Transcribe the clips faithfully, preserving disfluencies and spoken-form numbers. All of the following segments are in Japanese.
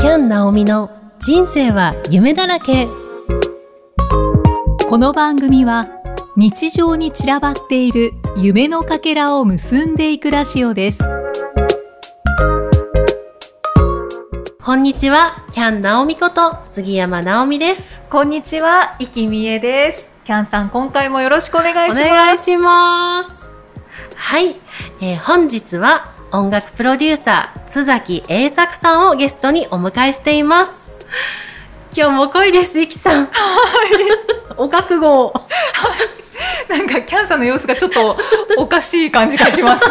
キャン・ナオミの人生は夢だらけ。 この番組は日常に散らばっている夢のかけらを結んでいくラジオです。 こんにちは、キャン・ナオミこと杉山直美です。 こんにちは、生きみえです。キャンさん、今回もよろしくお願いします。 お願いします。はい、えー、本日は音楽プロデューサー津崎栄作さんをゲストにお迎えしています。今日も濃いです、いきさん。お覚悟。 なんかキャンさんの様子がちょっとおかしい感じがします。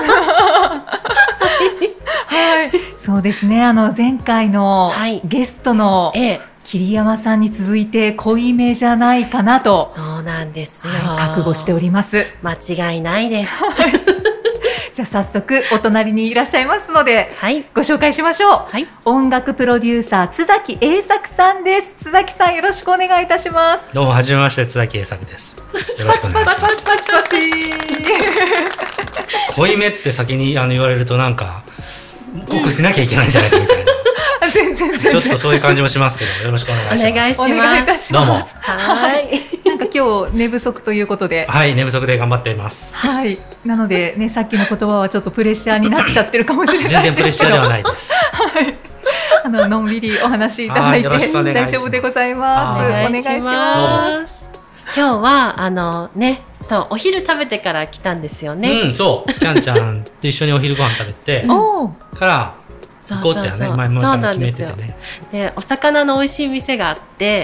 はい、そうですね。あの前回のゲストの桐山さんに続いて濃いめじゃないかなと。 そうなんですよ。 はい、覚悟しております。 間違いないです。 じゃあ早速お隣にいらっしゃいますので、はい、ご紹介しましょう。はい、音楽プロデューサー津崎栄作さんです。津崎さん、よろしくお願いいたします。 どうもはじめまして、津崎栄作です。よろしくお願いします。 パチパチパチパチ濃いめって先にあの言われるとなんか濃くしなきゃいけないんじゃないかみたいな。 全然全然ちょっとそういう感じもしますけど、よろしくお願いします。 お願いします。 お願いいたします。 どうも。 はい。 なんか今日寝不足ということで。 はい、寝不足で頑張っています。 はい。なのでね、さっきの言葉はちょっとプレッシャーになっちゃってるかもしれないですけど。 全然プレッシャーではないです。 はい。あののんびりお話しいただいて大丈夫でございます。お願いします。 今日はあのね、そうお昼食べてから来たんですよね。 うん、そう。キャンちゃんと一緒にお昼ご飯食べてから行こうってね、前も決めててね。 で、お魚の美味しい店があって、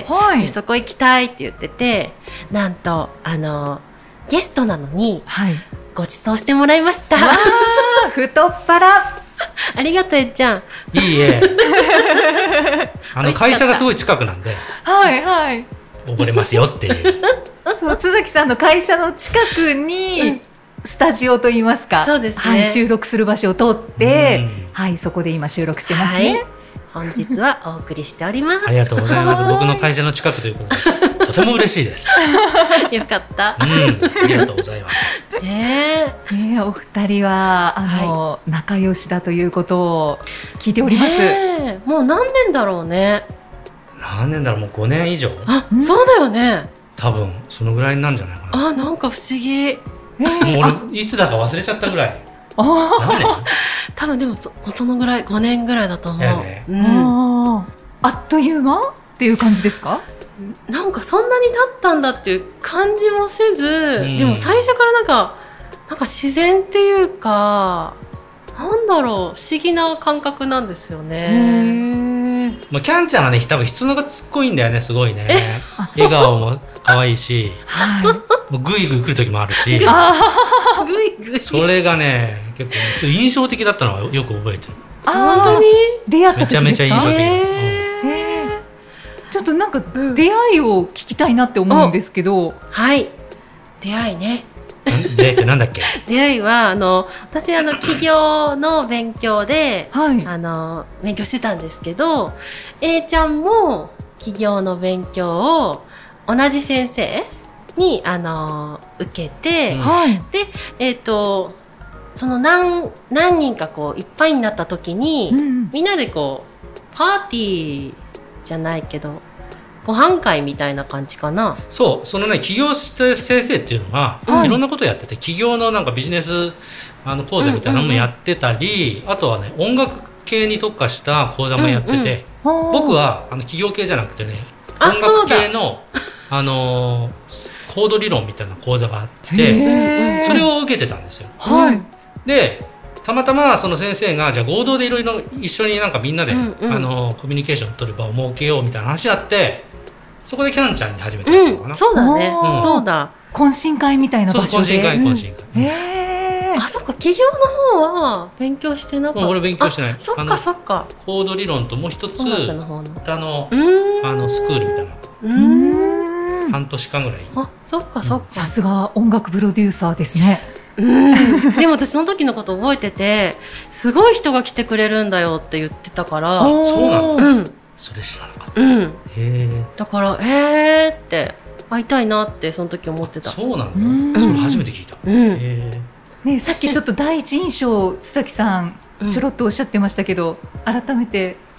はい、でそこ行きたいって言ってて、なんとあのゲストなのに、はい、ご馳走してもらいました。 わー、太っ腹。 ありがとう、えっちゃん。 いいえ。あの会社がすごい近くなんで。 はいはい。 溺れますよっていう。 そう、津崎さんの会社の近くに、うん、スタジオといいますか、 そうですね、 はい、収録する場所を通って、はい、そこで今収録してますね。 はい、本日はお送りしております。 ありがとうございます。僕の会社の近くということでとても嬉しいです。 よかった。 うん、ありがとうございます。 ねえ、ねえ、お二人はあの、はい、仲良しだということを聞いております。 ね、もう何年だろうね。 何年だろう、もうごねん以上。 あ、そうだよね。 多分そのぐらいなんじゃないかな。 あ、なんか不思議。えー、もう俺いつだか忘れちゃったぐらい。 あ何年？ 多分でも そ, そのぐらい、ごねんぐらいだと思う。 ね、 うん、 あ, あっという間っていう感じですか？ なんかそんなに経ったんだっていう感じもせず、うん、でも最初からなんかなんか自然っていうか、なんだろう、不思議な感覚なんですよね。 まあ、キャンちゃんはね、多分人のがつっこいんだよね、すごいね。笑顔も可愛いし、はい、グイグイ来る時もあるし、 あグイグイそれがね、結構、ね、すごい印象的だったのはよく覚えてる。 あ、本当に出会った時ですか？ めちゃめちゃ印象的。 えー、ちょっとなんか出会いを聞きたいなって思うんですけど、 はい、出会いね。 出会いってなんだっけ？ 出会いはあの私あの起業の勉強で、はい、あの勉強してたんですけど、A ちゃんも起業の勉強を同じ先生にあの受けて、はい、でえっとその何何人かこういっぱいになった時に、うん、みんなでこうパーティーじゃないけど。ご飯会みたいな感じかな。 そう、そのね、起業して先生っていうのが、はい、いろんなことをやってて、起業のなんかビジネスあの講座みたいなのもやってたり、うんうんうん、あとはね、音楽系に特化した講座もやってて、うんうん、僕はあの起業系じゃなくてね、音楽系のあのー、コード理論みたいな講座があって、それを受けてたんですよ。はい、で、たまたまその先生がじゃあ合同でいろいろ一緒になんかみんなで、うんうん、あのコミュニケーションを取る場を設けようみたいな話あって、そこでキャンちゃんに始めたのかな、 うん、そうだね、うん、そうだ、 懇親会みたいな場所で。 そう、懇親会、懇親会、うん、 えー、あ、そっか、起業の方は勉強してなかった。 俺勉強してない。 そっかそっか。 コード理論ともう一つ歌のあのスクールみたいな、 うーん、 半年間ぐらい。 あ、そっかそっか、 さすが音楽プロデューサーですね。 うん、でも私その時のこと覚えてて、すごい人が来てくれるんだよって言ってたから。 あ、そうなの、 うん、 それ知らなかった。 うん、 へー、 だからへーって会いたいなってその時思ってた。 そうなんだ、それ初めて聞いた、 うん、 へー、ね、さっきちょっと第一印象津崎さんちょろっとおっしゃってましたけど、うん、改めて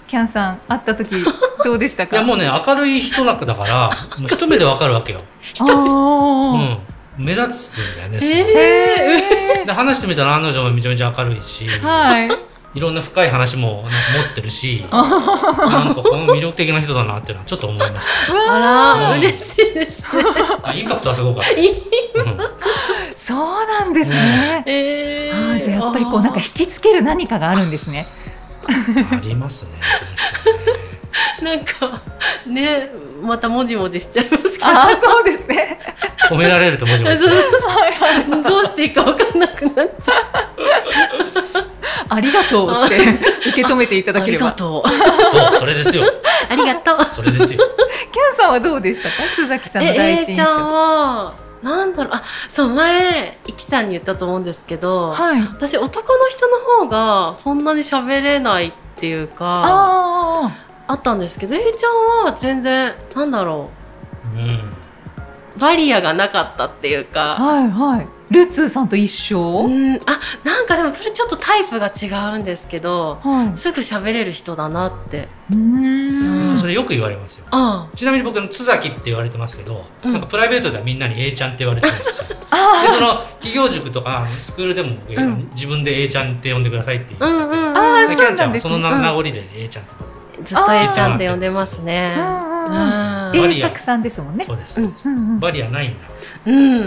キャンさん会った時どうでしたか？ いやもうね明るい人だからもう一目でわかるわけよ。 一目、 うん、目立つんだよね。すごい。 えー、 で話してみたら彼女もめちゃめちゃ明るいし、はい、いろんな深い話もなんか持ってるし、なんかこの魅力的な人だなっていうのはちょっと思いました。 あら、うん、嬉しいですね。 インパクトはすごかったです。 そうなんですね。うん、えー、あじゃあやっぱりこうなんか引きつける何かがあるんですね。 ありますね。 なんかね、またもじもじしちゃいますけど。 あ、そうですね。 褒められるともじもじする。 どうしていいか分かんなくなっちゃう。 ありがとうって受け止めていただければ。 ありがとう。そう、それですよ。 ありがとう。 それですよ。 キャンさんはどうでしたか？須崎さんの第一印象。 え、Aちゃんはなんだろう、あ、そう前いきさんに言ったと思うんですけど、はい、私男の人の方がそんなに喋れないっていうか。ああったんですけど、A ちゃんは全然なんだろう、うん、バリアがなかったっていうか、 はいはい、ルッツーさんと一緒。 うん、あ、なんかでもそれちょっとタイプが違うんですけど、はい、すぐ喋れる人だなって。 うーん、それよく言われますよ。ああ、ちなみに僕の津崎って言われてますけど、うん、なんかプライベートではみんなに A ちゃんって言われてるんですよ。でその企業塾とかスクールでも僕、うん、自分で A ちゃんって呼んでくださいって言って、うんうん、あキャンちゃんはその名残で A ちゃんとか、 ずっと A ちゃんって呼んでますね。 栄作さんですもんね。 そうです。バリアないんだ。 うん、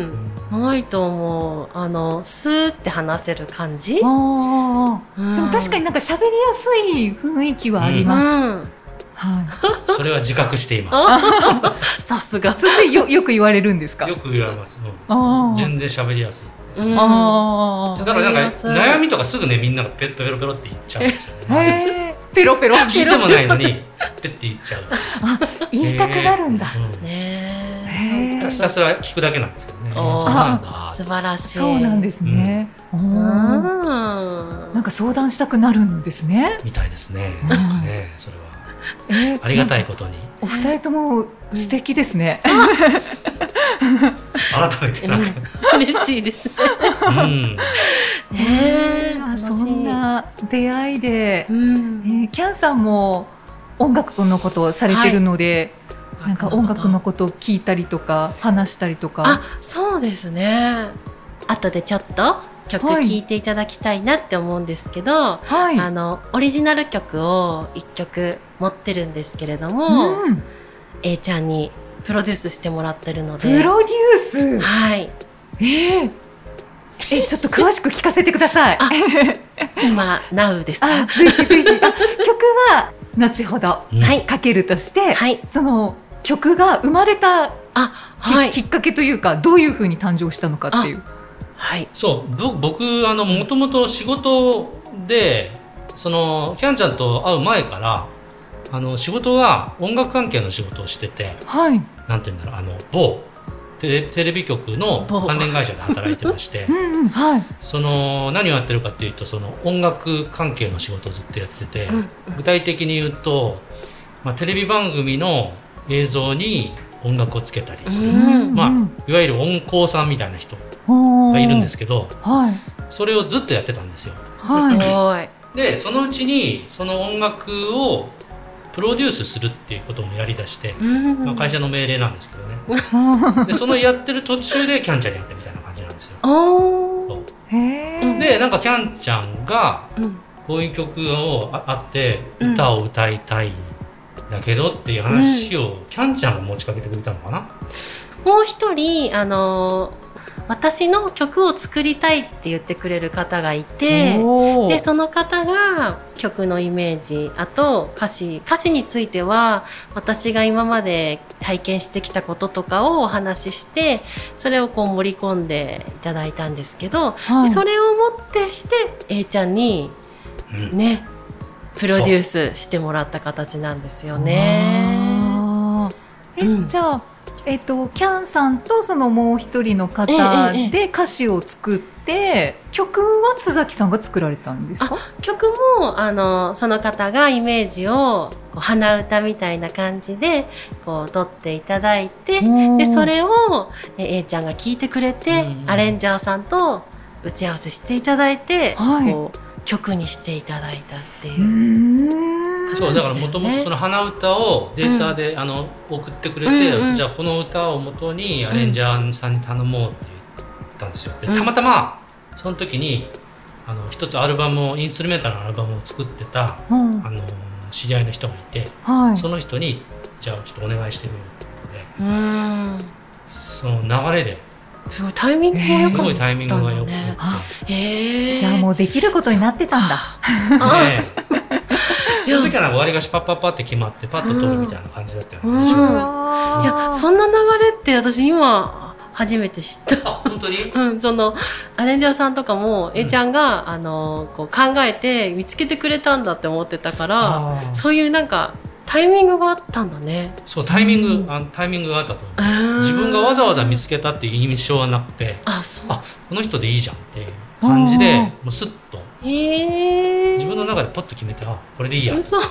ないと思う。あのスーって話せる感じ。でも確かになんか喋りやすい雰囲気はあります。 はい。それは自覚しています。 さすが。 それでよよく言われるんですか？ よく言われます。全然喋りやすい。ああ。だからなんか悩みとかすぐねみんながペロペロペロって言っちゃうんですよね。 ペロペロ聞いてもないのにペッて言っちゃう。 あ、言いたくなるんだ。 ねえ。ひたすら聞くだけなんですけどね。 あ、素晴らしい。 そうなんですね。なんか相談したくなるんですね。 みたいですね。ね、それは。ありがたいことに。 お二人とも素敵ですね。 改めてなんか嬉しいですね。 ねえ、そんな出会いで、キャンさんも音楽のことをされてるので、なんか音楽のことを聞いたりとか話したりとか。 あ、そうですね。後でちょっと曲聴いていただきたいなって思うんですけど、はい、あのオリジナル曲をいっきょく持ってるんですけれども、うん、A ちゃんにプロデュースしてもらってるので。 プロデュース、 はい。 えー、えちょっと詳しく聞かせてください。 今 Now ですか？ ぜひぜひ。曲は後ほどかけるとして、はい、その曲が生まれた き,、はい、きっかけというか、どういうふうに誕生したのかっていう。 はい、そう僕あのもともと仕事でそのキャンちゃんと会う前からあの仕事は音楽関係の仕事をしてて、はい、なんていうんだろう、あの某テレ、テレビ局の関連会社で働いてましてうん、はい、その何をやってるかっていうとその音楽関係の仕事をずっとやってて、うん、具体的に言うと、まあ、テレビ番組の映像に音楽をつけたりする、うんまあ、いわゆる音工さんみたいな人がいるんですけど、はい、それをずっとやってたんですよ。はい、でそのうちにその音楽をプロデュースするっていうこともやりだして、うんまあ、会社の命令なんですけどねでそのやってる途中でキャンちゃんにやったみたいな感じなんですよ。そうへでなんかキャンちゃんがこういう曲をあって歌を歌いたいだけどっていう話をキャンちゃんが持ちかけてくれたのかな。 もう一人あの私の曲を作りたいって言ってくれる方がいて、でその方が曲のイメージ、あと歌詞歌詞については私が今まで体験してきたこととかをお話しして、それをこう盛り込んでいただいたんですけど、はい、でそれをもってして A ちゃんにね、うん、プロデュースしてもらった形なんですよね。 え、うん、じゃあえっと、キャンさんとそのもう一人の方で歌詞を作って、ええええ、曲は津崎さんが作られたんですか？ 曲もあのその方がイメージをこう鼻歌みたいな感じでこう撮っていただいて、でそれを A ちゃんが聴いてくれて、アレンジャーさんと打ち合わせしていただいて、はい、こう曲にしていただいたっていうそうだからもともとその鼻歌をデータで、うん、あの送ってくれて、うんうん、じゃあこの歌を元にアレンジャーさんに頼もうって言ったんですよ。でたまたまその時にあの一つアルバムをインストゥルメンタルのアルバムを作ってた、うん、あの知り合いの人がいて、はい、その人にじゃあちょっとお願いしてみるってことで、うん、その流れですごいタイミングが良かったんだね。すごいタイミングが良くて、 えー、じゃあもうできることになってたんだ。 ね、その時はなんか割り菓子パッパッパって決まってパッと取るみたいな感じだったよね。うんうん、いやそんな流れって私今初めて知った。 あ本当に？ うん、そのアレンジャーさんとかも A ちゃんが、うん、あのこう考えて見つけてくれたんだって思ってたから、そういうなんかタイミングがあったんだね。 そうタイミング、うん、あのタイミングがあったと思う。自分がわざわざ見つけたっていう印象はなくて、あそうあこの人でいいじゃんっていう感じでもうスッと、へー、自分の中でポッと決めてあこれでいいや。そう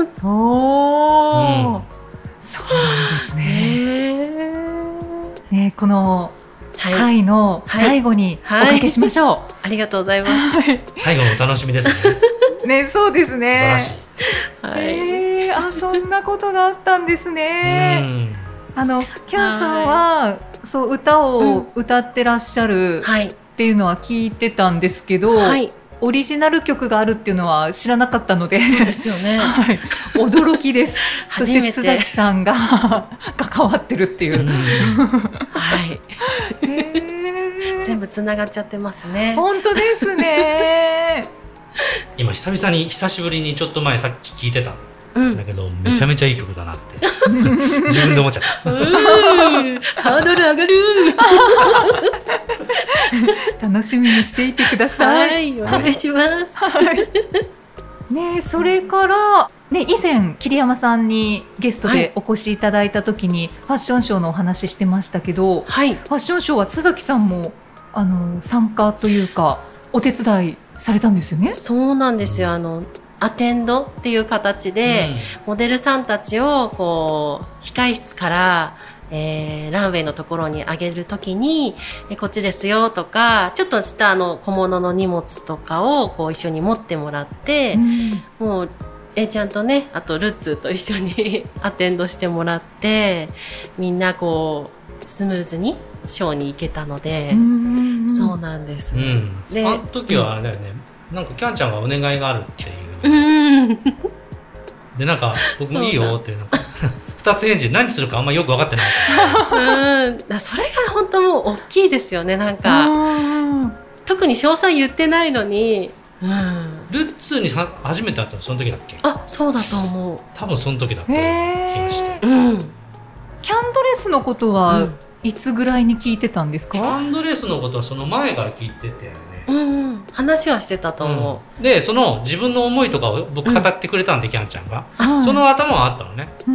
おー、うん、そうなんですね。ねこの回の最後におかけしましょう。はいはい、 ありがとうございます。 最後のお楽しみですね。ねそうですね。 素晴らしい。 はい。えー、あそんなことがあったんですね。あのキャンさんはそう歌を歌ってらっしゃるっていうのは聞いてたんですけど、はい、オリジナル曲があるっていうのは知らなかったので、 そうですよね。 はい、驚きです。そして津崎さんが関わってるっていう。 はい。えー、全部つながっちゃってますね。 本当ですね。 今久々に久しぶりにちょっと前さっき聞いてた。うん、だけどめちゃめちゃいい曲だなって、うん、自分で思っちゃった。 ハードル上がる。 楽しみにしていてください。 はい、お願いします。はい、 ね、それから、ね、以前桐山さんにゲストでお越しいただいた時に、はい、ファッションショーのお話してましたけど、はい、ファッションショーは津崎さんもあの参加というかお手伝いされたんですよね。 そうなんですよ。あのアテンドっていう形で、うん、モデルさんたちをこう控室から、えー、ランウェイのところに上げるときに、えこっちですよとか、ちょっとしたあの小物の荷物とかをこう一緒に持ってもらって、うん、もう A ちゃんとね、あとルッツと一緒にアテンドしてもらって、みんなこうスムーズにショーに行けたので、うんそうなんです、 うん、であの時はあれだよね、うん、なんかキャンちゃんがお願いがあるっていう、うん、でなんか僕もいいよってなんか二つ返事何するかあんまよく分かってないからうんそれが本当もう大きいですよね。なんか特に詳細言ってないのに、うん、 ルッツーに初めて会ったのその時だっけ？ あ、そうだと思う。 多分その時だった気がして、 うん、キャンドレスのことは、うんいつぐらいに聞いてたんですか？ キャンドレスのことはその前から聞いてたよね。 うんうん、話はしてたと思う、 うん、でその自分の思いとかを僕語ってくれたんで、うん、キャンちゃんが、うん、その頭はあったのね、うん、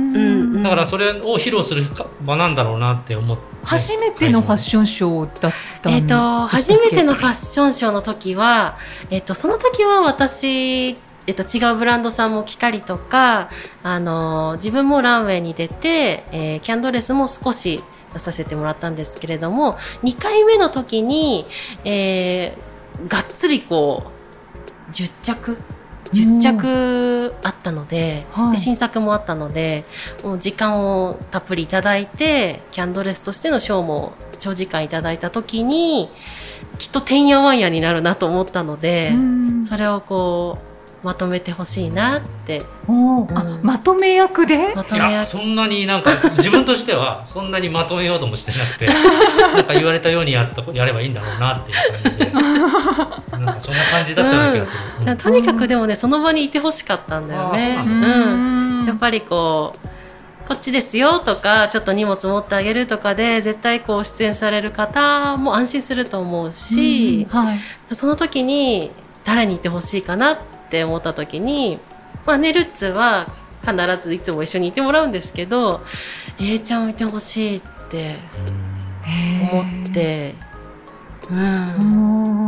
だからそれを披露する場なんだろうなって思って、 初めてのファッションショーだったんですえー、と初めてのファッションショーの時は、えー、とその時は私えっと、違うブランドさんも来たりとか、あの自分もランウェイに出て、えー、キャンドレスも少し出させてもらったんですけれども、にかいめの時に、えー、がっつりこうじゅっちゃくじゅっちゃくあったので、はい、で新作もあったので、もう時間をたっぷりいただいて、キャンドレスとしてのショーも長時間いただいた時にきっとてんやわんやになるなと思ったので、それをこうまとめてほしいなって、 お、うん、あまとめ役でまとめ役いやそんなになんか自分としてはそんなにまとめようともしてなくてなんか言われたようにやったやればいいんだろうなっていう感じでなんかそんな感じだったような気がする、 うんうん、とにかくでもねその場にいてほしかったんだよね。うん、やっぱりこうこっちですよとかちょっと荷物持ってあげるとかで絶対こう出演される方も安心すると思うし、うんはい、その時に誰にいてほしいかなって思った時に、まあね、ルッツは必ずいつも一緒にいてもらうんですけど A ちゃんをいてほしいって思って、うん、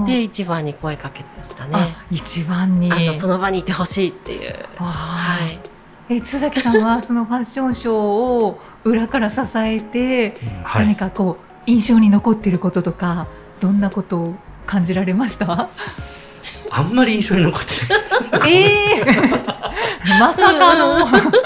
で一番に声かけましたね。 あ一番にあのその場にいてほしいっていう、はい、 え津崎さんはそのファッションショーを裏から支えて、はい、何かこう印象に残っていることとかどんなことを感じられました？ あんまり印象に残ってない。 えー、 まさかの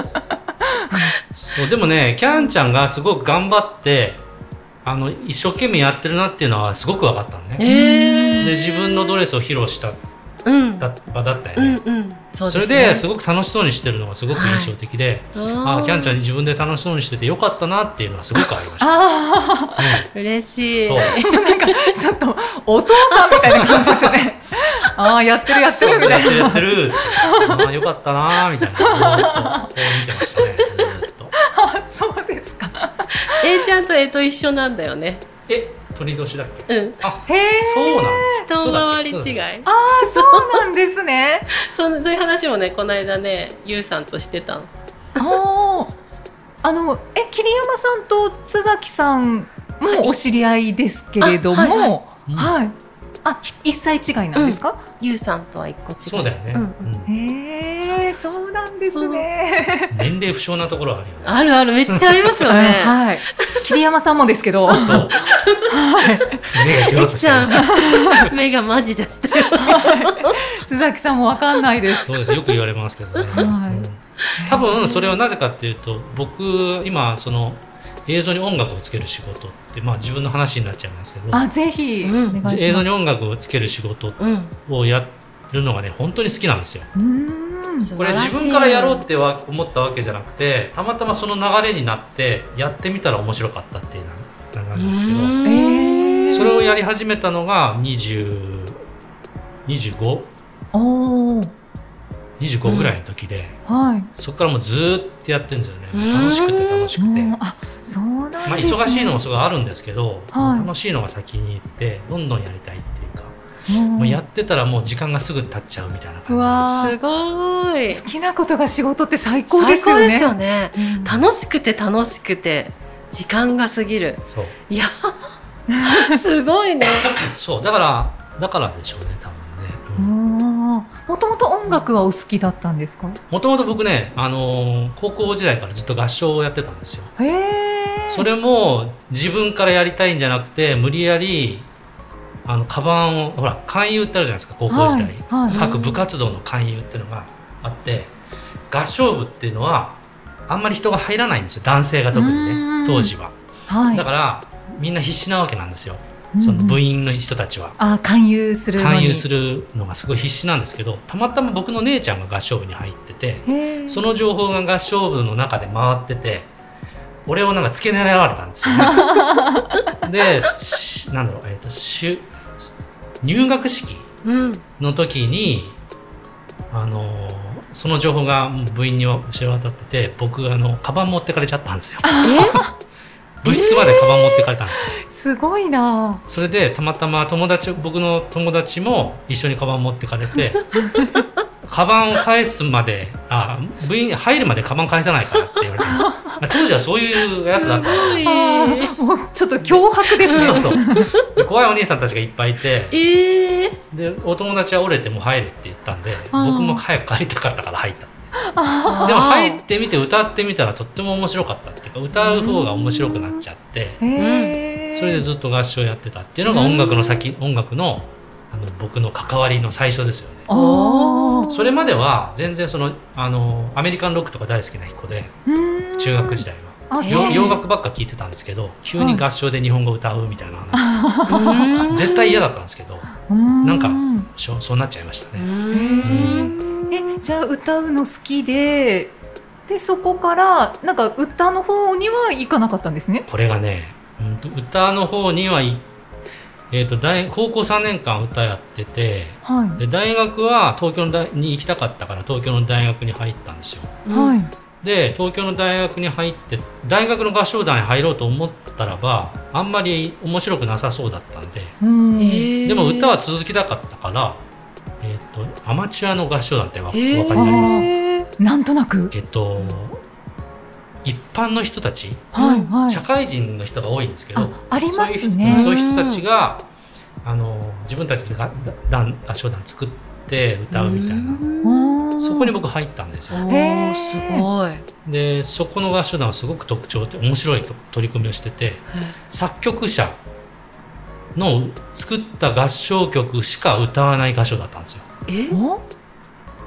そうでもね、キャンちゃんがすごく頑張ってあの一生懸命やってるなっていうのはすごく分かったのね。で自分のドレスを披露した場だったよね。うんうん、そうですね。それですごく楽しそうにしてるのがすごく印象的で、はい、あキャンちゃん自分で楽しそうにしててよかったなっていうのはすごくありました。 あ、うん、嬉しい。そうなんかちょっとお父さんみたいな感じですよね。ああやってるやってるみたいな。 やってるやってる。ああよかったなみたいなずっとこう見てましたね。ずっと。 あそうですか。 A ちゃんと A と一緒なんだよね。 え鳥年だっけ？ うん。 あへえ。そうなんだ。 一回り違い。 ああそうなんですね。 そうそういう話もねこの間ねゆうさんとしてたの。 ああのえ桐山さんと津崎さんもお知り合いですけれども、はいはいはいはい、あ一歳違いなんですか？ うん、ゆうさんとは一個違い。 そうだよね。うんうん、へえそうなんですね。 年齢不詳なところはあるよね。 あるあるめっちゃありますよね。 はい。桐山さんもですけど。そう。はい。 目がギョロッとしてる。目がマジでしたよ。 津崎さんもわかんないです。 そうです。よく言われますけどね。はい。うん、多分それはなぜかっていうと、僕今その映像に音楽をつける仕事って、まあ自分の話になっちゃいますけど、 あぜひ、うん、 映像に音楽をつける仕事をやるのがね本当に好きなんですよ。うんこれ自分からやろうって思ったわけじゃなくて、たまたまその流れになってやってみたら面白かったっていう流れなんですけど、えー、それをやり始めたのがにじゅう、にじゅうご、にじゅうごぐらいの時で、うんはい、そこからもうずっとやってるんですよね。楽しくて楽しくて、 あそうなんですね。 まあ、忙しいのもすごいあるんですけど、はい、楽しいのが先に行ってどんどんやりたいっていうか、もうやってたらもう時間がすぐ経っちゃうみたいな感じです。 すごい。 好きなことが仕事って最高ですよね。 最高ですよね、うん、楽しくて楽しくて時間が過ぎる。 そういやすごいね。 そうだからだからでしょうね多分ね。もともと音楽はお好きだったんですか？ もともと僕ね、あのー、高校時代からずっと合唱をやってたんですよ。へー。それも自分からやりたいんじゃなくて無理やりあのカバンをほら勧誘ってあるじゃないですか高校時代、はいはい、各部活動の勧誘っていうのがあって合唱部っていうのはあんまり人が入らないんですよ男性が特にね当時は、はい、だからみんな必死なわけなんですよその部員の人たちは。 あ勧誘するのに勧誘するのがすごい必死なんですけどたまたま僕の姉ちゃんが合唱部に入っててその情報が合唱部の中で回ってて俺をなんか付け狙われたんですよ、ね、でなんだろう、えーと、し入学式の時に、うん、あのその情報が部員に知れ渡ってて僕あのカバン持ってかれちゃったんですよ。部室までカバン持ってかれたんですよ。 えー、すごいな。 それでたまたま友達僕の友達も一緒にカバン持ってかれてカバンを返すまであ部員入るまでカバン返さないからって言われたんですよ。当時はそういうやつだったんですよ。 もうちょっと脅迫ですね。 そうそうで怖いお兄さんたちがいっぱいいて、 えー、 でお友達は折れても入れって言ったんで僕も早く帰りたかったから入った。でも入ってみて歌ってみたらとっても面白かったっていうか歌う方が面白くなっちゃって、うん、それでずっと合唱やってたっていうのが音楽の先、うん、音楽のあの僕の関わりの最初ですよね。それまでは全然そのあのアメリカンロックとか大好きな子で中学時代は洋楽ばっか聴いてたんですけど急に合唱で日本語歌うみたいな話絶対嫌だったんですけどなんかそうなっちゃいましたね。 うんえじゃあ歌うの好きででそこからなんか歌の方には行かなかったんですね。 これがね、うん、歌の方には行えー、と大高校さんねんかん歌やってて、はい、で大学は東京の大に行きたかったから東京の大学に入ったんですよ、はい、で東京の大学に入って大学の合唱団に入ろうと思ったらばあんまり面白くなさそうだったんで、うんでも歌は続きたかったから、えー、とアマチュアの合唱団ってお分かりになりますか？ なんとなく、 えー、と一般の人たち、はいはい、社会人の人が多いんですけどあ, ありますね。 そういう人たちがあの自分たちで合唱団作って歌うみたいなそこに僕入ったんですよ。 おすごい。 でそこの合唱団はすごく特徴的面白い取り組みをしてて作曲者の作った合唱曲しか歌わない合唱だったんですよ。 え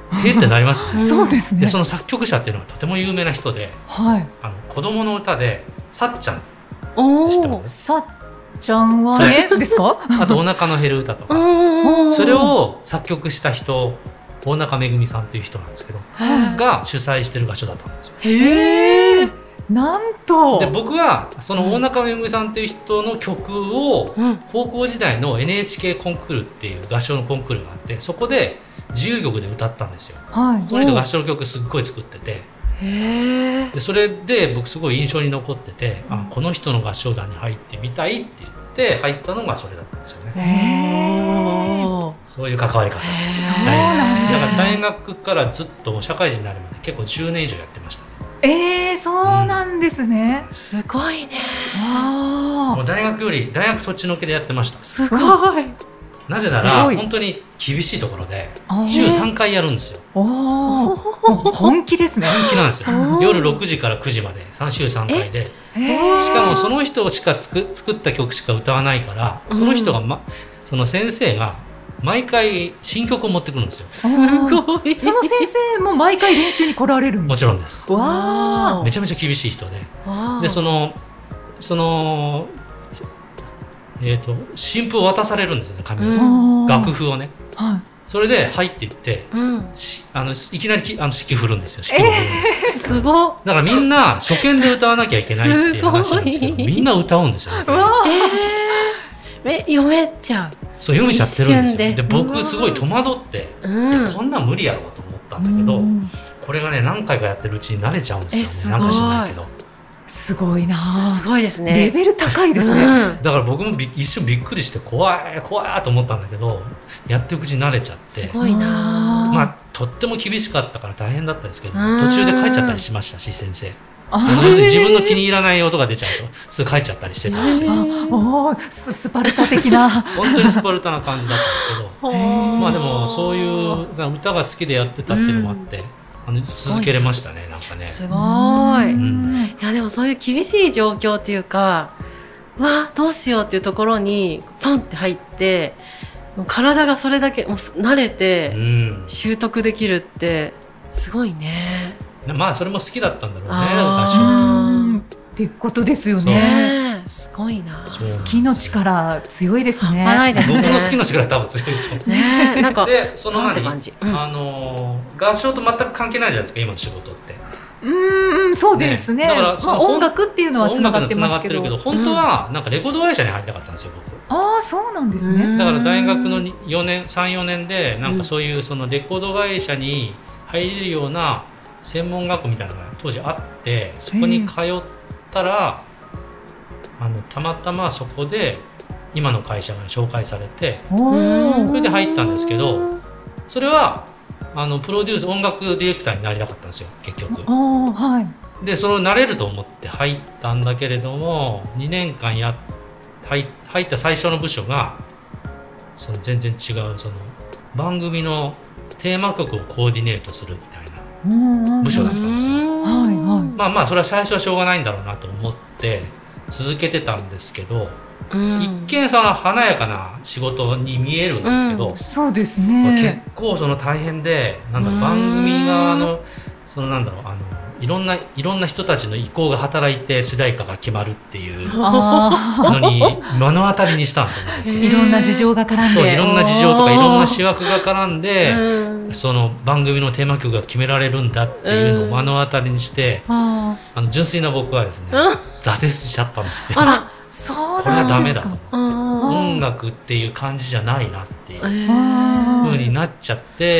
へーってなりますよね。 そうですね。 でその作曲者っていうのはとても有名な人で、はい、あの子供の歌でさっちゃん知ってます？ さっちゃんはねですか？ あとお腹の減る歌とかそれを作曲した人大中めぐみさんっていう人なんですけどが主催してる場所だったんですよ。 へー、なんと。 で僕はその大中めぐみさんっていう人の曲を高校時代の エヌエイチケー コンクールっていう合唱のコンクールがあって、そこで自由曲で歌ったんですよ。はい、その人合唱曲すっごい作ってて、へでそれで僕すごい印象に残ってて、あこの人の合唱団に入ってみたいって言って入ったのがそれだったんですよね。へそういう関わり方です。そうなんですね。だから大学からずっと社会人になるまで結構じゅうねん以上やってましたね。 えー、そうなんですね、 うん、すごいね。 あもう大学より大学そっちのけでやってました。 すごい。 なぜなら本当に厳しいところで週さんかいやるんですよ。 お本気ですね。 本気なんですよ。夜ろくじからくじまで週さんかいで、しかもその人しか作作った曲しか歌わないから、その人が、ま、その先生が毎回新曲を持ってくるんですよ。 すごい。 その先生も毎回練習に来られるんですか？ もちろんです。わめちゃめちゃ厳しい人で、でそのそのえーと、新譜を渡されるんですよね、紙の楽譜をね、はい、それで入っていって、うん、あのいきなりきあの指揮振るんですよ。指揮を振るんですよ、えー、すごっ。だからみんな初見で歌わなきゃいけないっていう話なんですけど、みんな歌うんですよ、ね。 えー、読めちゃう。 そう読めちゃってるんですよ。で, で僕すごい戸惑って、うん、いやこんなん無理やろうと思ったんだけど、うん、これがね何回かやってるうちに慣れちゃうんですよね。なんか知らないけど。 すごいな。 すごいですね。 レベル高いですね。 うん、だから僕もび一瞬びっくりして怖い怖いと思ったんだけど、やっていくうちに慣れちゃって。 すごいな。 まあとっても厳しかったから大変だったですけど、途中で帰っちゃったりしましたし、先生。要するに自分の気に入らない音が出ちゃうとすぐ帰っちゃったりしてたんですよ。 おススパルタ的な本当にスパルタな感じだったんですけど、まあでもそういう歌が好きでやってたっていうのもあって。うんあの続けれましたね。なんかねすごい、うん、いやでもそういう厳しい状況っていうか、わどうしようっていうところにパンって入ってもう体がそれだけもう慣れて習得できるってすごいね、 うん、まあそれも好きだったんだろうね合唱っていうことですよね。 すごいな。 好きの力強いですね。 ないですね。 僕の好きの力多分強いと思う。 ねなんかでその何感じ、うん、あの合唱と全く関係ないじゃないですか今の仕事って。 うんそうですね。ねだからその、まあ、音楽っていうのはつながってますけど、 けど本当はなんかレコード会社に入りたかったんですよ僕。 ああそうなんですね。 だから大学のよねんさんよねんでなんかそういうそのレコード会社に入れるような専門学校みたいなのが当時あってそこに通ったら。あのたまたまそこで今の会社が紹介されてそれで入ったんですけどそれはあのプロデュース音楽ディレクターになりたかったんですよ結局、はい、でそれをなれると思って入ったんだけれどもにねんかんや入入った最初の部署がその全然違うその番組のテーマ曲をコーディネートするみたいな部署だったんですよ、はいはい、まあまあそれは最初はしょうがないんだろうなと思って続けてたんですけど、うん、一見その華やかな仕事に見えるんですけど、うん、 そうですね。 結構その大変でなんだろう番組側のそのなんだろうあのいろんないろんな人たちの意向が働いて主題歌が決まるっていうのに目の当たりにしたんですよね。 いろんな事情が絡んで、 そういろんな事情とかいろんな主役が絡んで、うん、その番組のテーマ曲が決められるんだっていうのを目の当たりにして、うん、あの純粋な僕はですね、うん、挫折しちゃったんですよ。 あらそうこれはダメだと、音楽っていう感じじゃないなっていう風になっちゃって、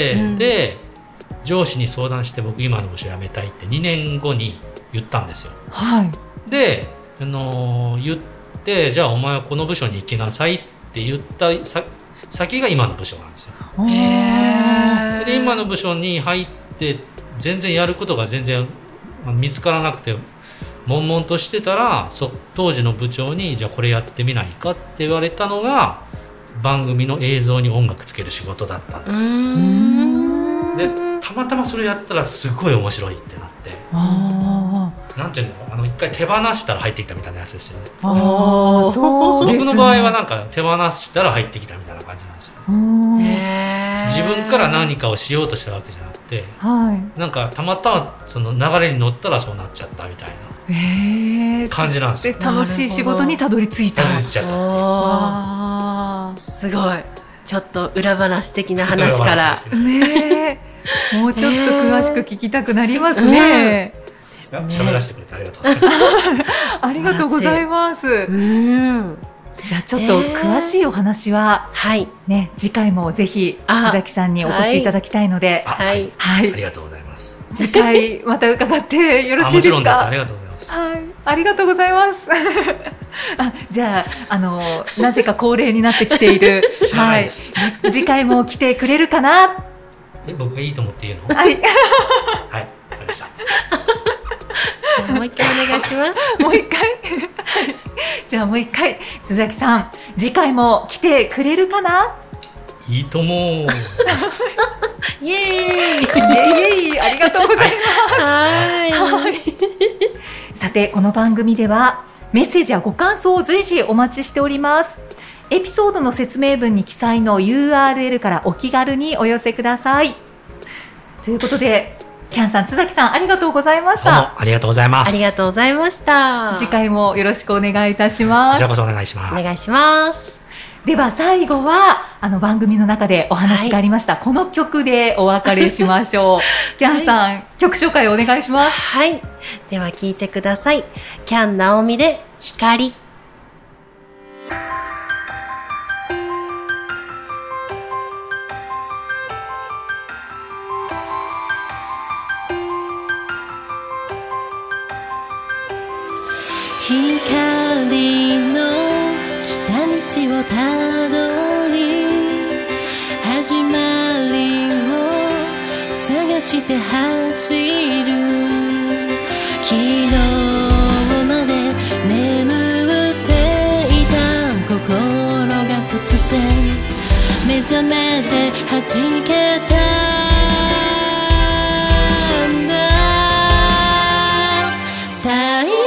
うん、で上司に相談して僕今の部署辞めたいってにねんごに言ったんですよ、はい、で、あのー、言ってじゃあお前はこの部署に行きなさいって言った先が今の部署なんですよ。へー。で今の部署に入って全然やることが全然見つからなくて悶々としてたらそ当時の部長にじゃあこれやってみないかって言われたのが番組の映像に音楽つける仕事だったんですよ。うーんでたまたまそれやったらすごい面白いってなってあなんていうのあの一回手放したら入ってきたみたいなやつですよね。あそうですね。僕の場合はなんか手放したら入ってきたみたいな感じなんですよ。へ自分から何かをしようとしたわけじゃなくて 、はい、なんかたまたまその流れに乗ったらそうなっちゃったみたいな感じなんですよ。 で楽しい仕事にたどり着いた。 たどり着いちゃったあすごい。ちょっと裏話的な話からねもうちょっと詳しく聞きたくなりますね。 うん、喋らせてくれてありがとうございますありがとうございます。うんじゃあちょっと詳しいお話は、えー、はいね、次回もぜひ須崎さんにお越しいただきたいので、 はい、はいはい、ありがとうございます。 次回また伺ってよろしいですか？ もちろんです。ありがとうございます。 はい、ありがとうございますあじゃあ、あのなぜか恒例になってきている、はい、次回も来てくれるかな。 え僕がいいと思って言うの？ はいはい、わかりましたじゃあもう一回お願いしますもう一回じゃあもう一回須崎さん次回も来てくれるかな？ いいともイエーイイエーイありがとうございます。はいはいさてこの番組ではメッセージやご感想を随時お待ちしております。エピソードの説明文に記載の ユーアールエル からお気軽にお寄せください。ということでキャンさん、須崎さんありがとうございました。 どうもありがとうございます。 ありがとうございました。 次回もよろしくお願いいたします。 こちらこそお願いします。 お願いします。 では最後はあの番組の中でお話がありました、はい、この曲でお別れしましょうキャンさん、はい、曲紹介お願いします。 はい、では聴いてください。キャン・ナオミで光。光の来た道をたどり始まりを探して走る昨日まで眠っていた心が突然目覚めて弾けたんだ大切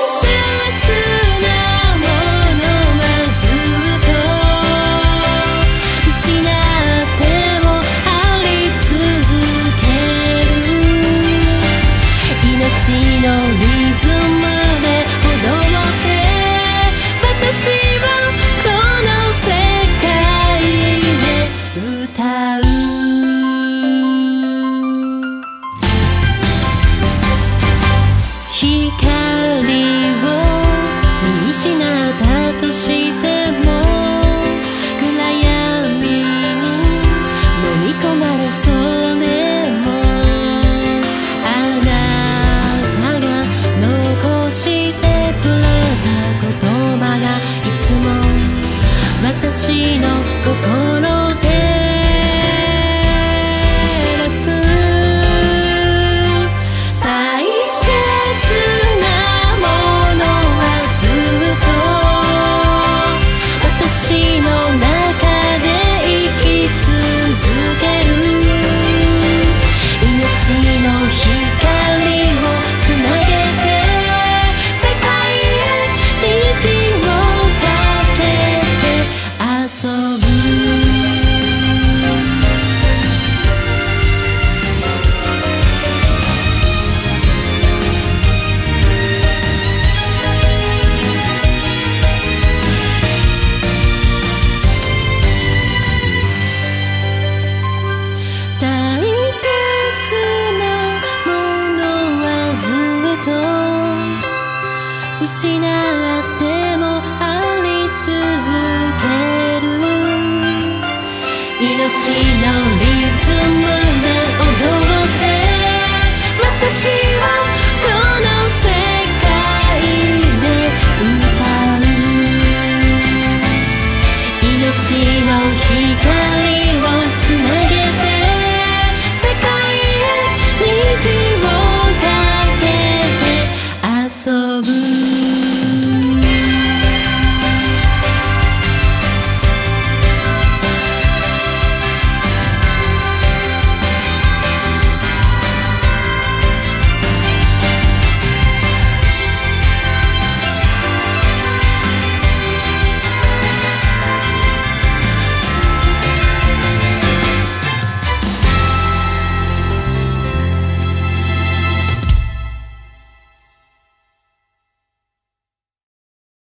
のリズムで踊って私はこの世界で歌う光を見失ったとしても暗闇に飲み込まれそうねしてくれた言葉がいつも私の心照らす大切なものはずっと私の中で生き続ける命の光をつなげて失ってもあり続ける命のリ